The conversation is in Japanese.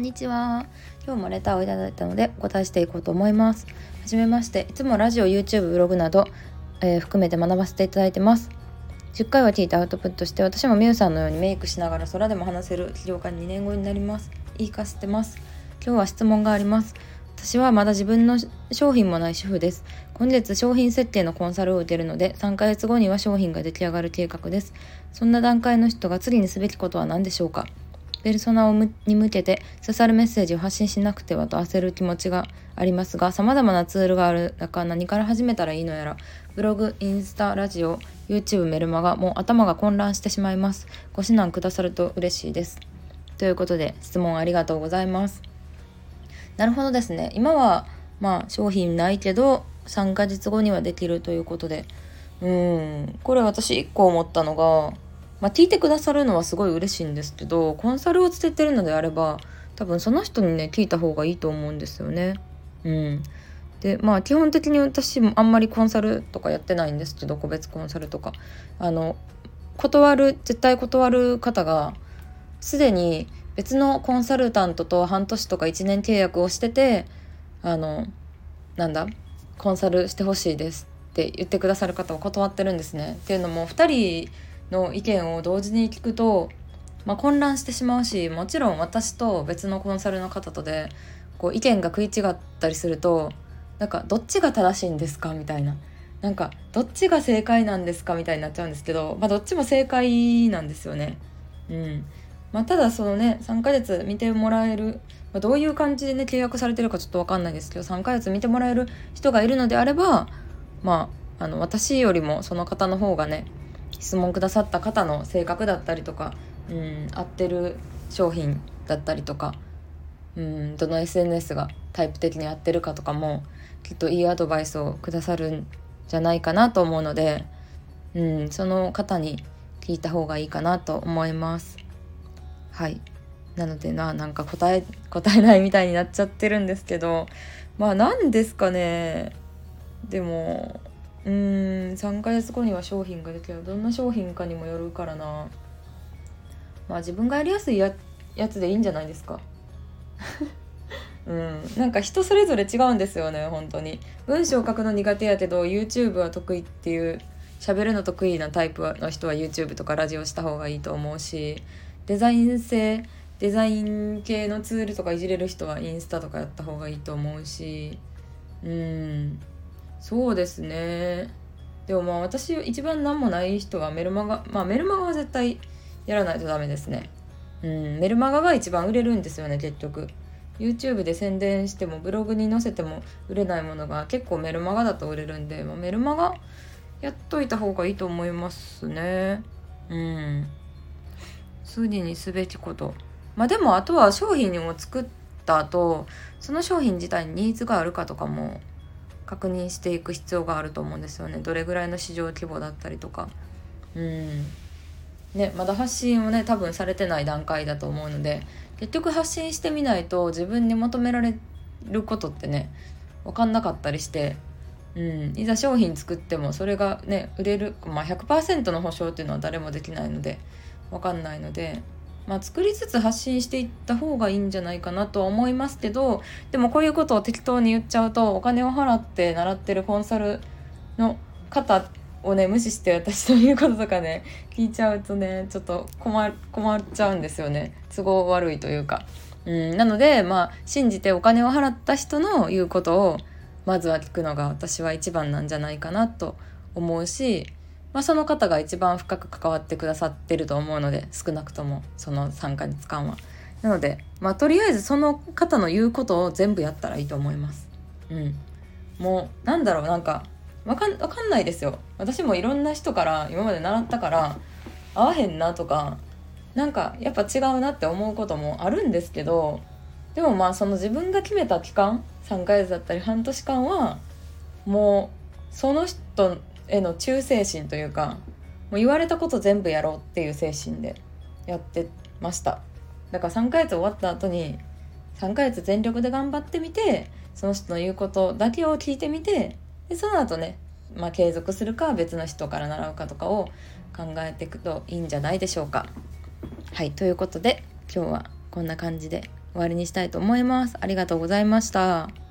にちは。今日もレターをいただいたのでお答えしていこうと思います。はじめまして。いつもラジオ、YouTube、ブログなど、含めて学ばせていただいてます。10回は聞いてアウトプットして、私もみゆさんのようにメイクしながら空でも話せる起業家に2年後になります。言いかせてます。今日は質問があります。私はまだ自分の商品もない主婦です。今月商品設計のコンサルを受けるので、3ヶ月後には商品が出来上がる計画です。そんな段階の人が次にすべきことは何でしょうか？ペルソナに向けて刺さるメッセージを発信しなくてはと焦る気持ちがありますが、様々なツールがある中、何から始めたらいいのやら、ブログ、インスタ、ラジオ、YouTube、メルマガ、もう頭が混乱してしまいます。ご指南くださると嬉しいです。ということで、質問ありがとうございます。なるほどですね。今は商品ないけど3ヶ月後にはできるということで、これ私1個思ったのが、聞いてくださるのはすごい嬉しいんですけど、コンサルをつけてるのであれば多分その人にね聞いた方がいいと思うんですよね。で基本的に私もあんまりコンサルとかやってないんですけど、個別コンサルとか絶対断る方がすでに別のコンサルタントと半年とか1年契約をしてて、コンサルしてほしいですって言ってくださる方を断ってるんですね。っていうのも2人の意見を同時に聞くと、混乱してしまうし、もちろん私と別のコンサルの方とで意見が食い違ったりすると、どっちが正しいんですかみたいな、どっちが正解なんですかみたいになっちゃうんですけど、どっちも正解なんですよね。ただそのね3ヶ月見てもらえる、どういう感じでね契約されてるかちょっと分かんないですけど、3ヶ月見てもらえる人がいるのであれば、私よりもその方の方がね、質問くださった方の性格だったりとか、合ってる商品だったりとか、どの SNS がタイプ的に合ってるかとかもきっといいアドバイスをくださるんじゃないかなと思うので、その方に聞いた方がいいかなと思います。はい。なので答えないみたいになっちゃってるんですけど、なんですかね。でも3ヶ月後には商品ができる。どんな商品かにもよるからな。自分がやりやすい やつでいいんじゃないですか。人それぞれ違うんですよね。本当に文章を書くの苦手やけど YouTube は得意っていう、喋るの得意なタイプの人は YouTube とかラジオした方がいいと思うし、デザイン系のツールとかいじれる人はインスタとかやった方がいいと思うし、そうですね。でも私一番何もない人はメルマガ、メルマガは絶対やらないとダメですね。メルマガが一番売れるんですよね。結局 YouTube で宣伝してもブログに載せても売れないものが結構メルマガだと売れるんで、メルマガやっといた方がいいと思いますね。次にすべきこと、でもあとは商品を作った後、その商品自体にニーズがあるかとかも確認していく必要があると思うんですよね。どれぐらいの市場規模だったりとか、まだ発信をね多分されてない段階だと思うので、結局発信してみないと自分に求められることってね分かんなかったりして、いざ商品作ってもそれがね売れる、100% の保証っていうのは誰もできないので分かんないので、作りつつ発信していった方がいいんじゃないかなとは思いますけど、でもこういうことを適当に言っちゃうと、お金を払って習ってるコンサルの方をね無視して私ということとかね聞いちゃうとね、ちょっと困っちゃうんですよね。都合悪いというか、なので信じてお金を払った人の言うことをまずは聞くのが私は一番なんじゃないかなと思うし、その方が一番深く関わってくださってると思うので、少なくともその3ヶ月間は。なのでとりあえずその方の言うことを全部やったらいいと思います。もうわかんないですよ。私もいろんな人から今まで習ったから合わへんなとか、やっぱ違うなって思うこともあるんですけど、でもその自分が決めた期間、3ヶ月だったり半年間はもうその人への忠誠心というか、もう言われたこと全部やろうっていう精神でやってました。だから3ヶ月終わった後に3ヶ月全力で頑張ってみて、その人の言うことだけを聞いてみて、でその後ね、継続するか別の人から習うかとかを考えていくといいんじゃないでしょうか。はい、ということで今日はこんな感じで終わりにしたいと思います。ありがとうございました。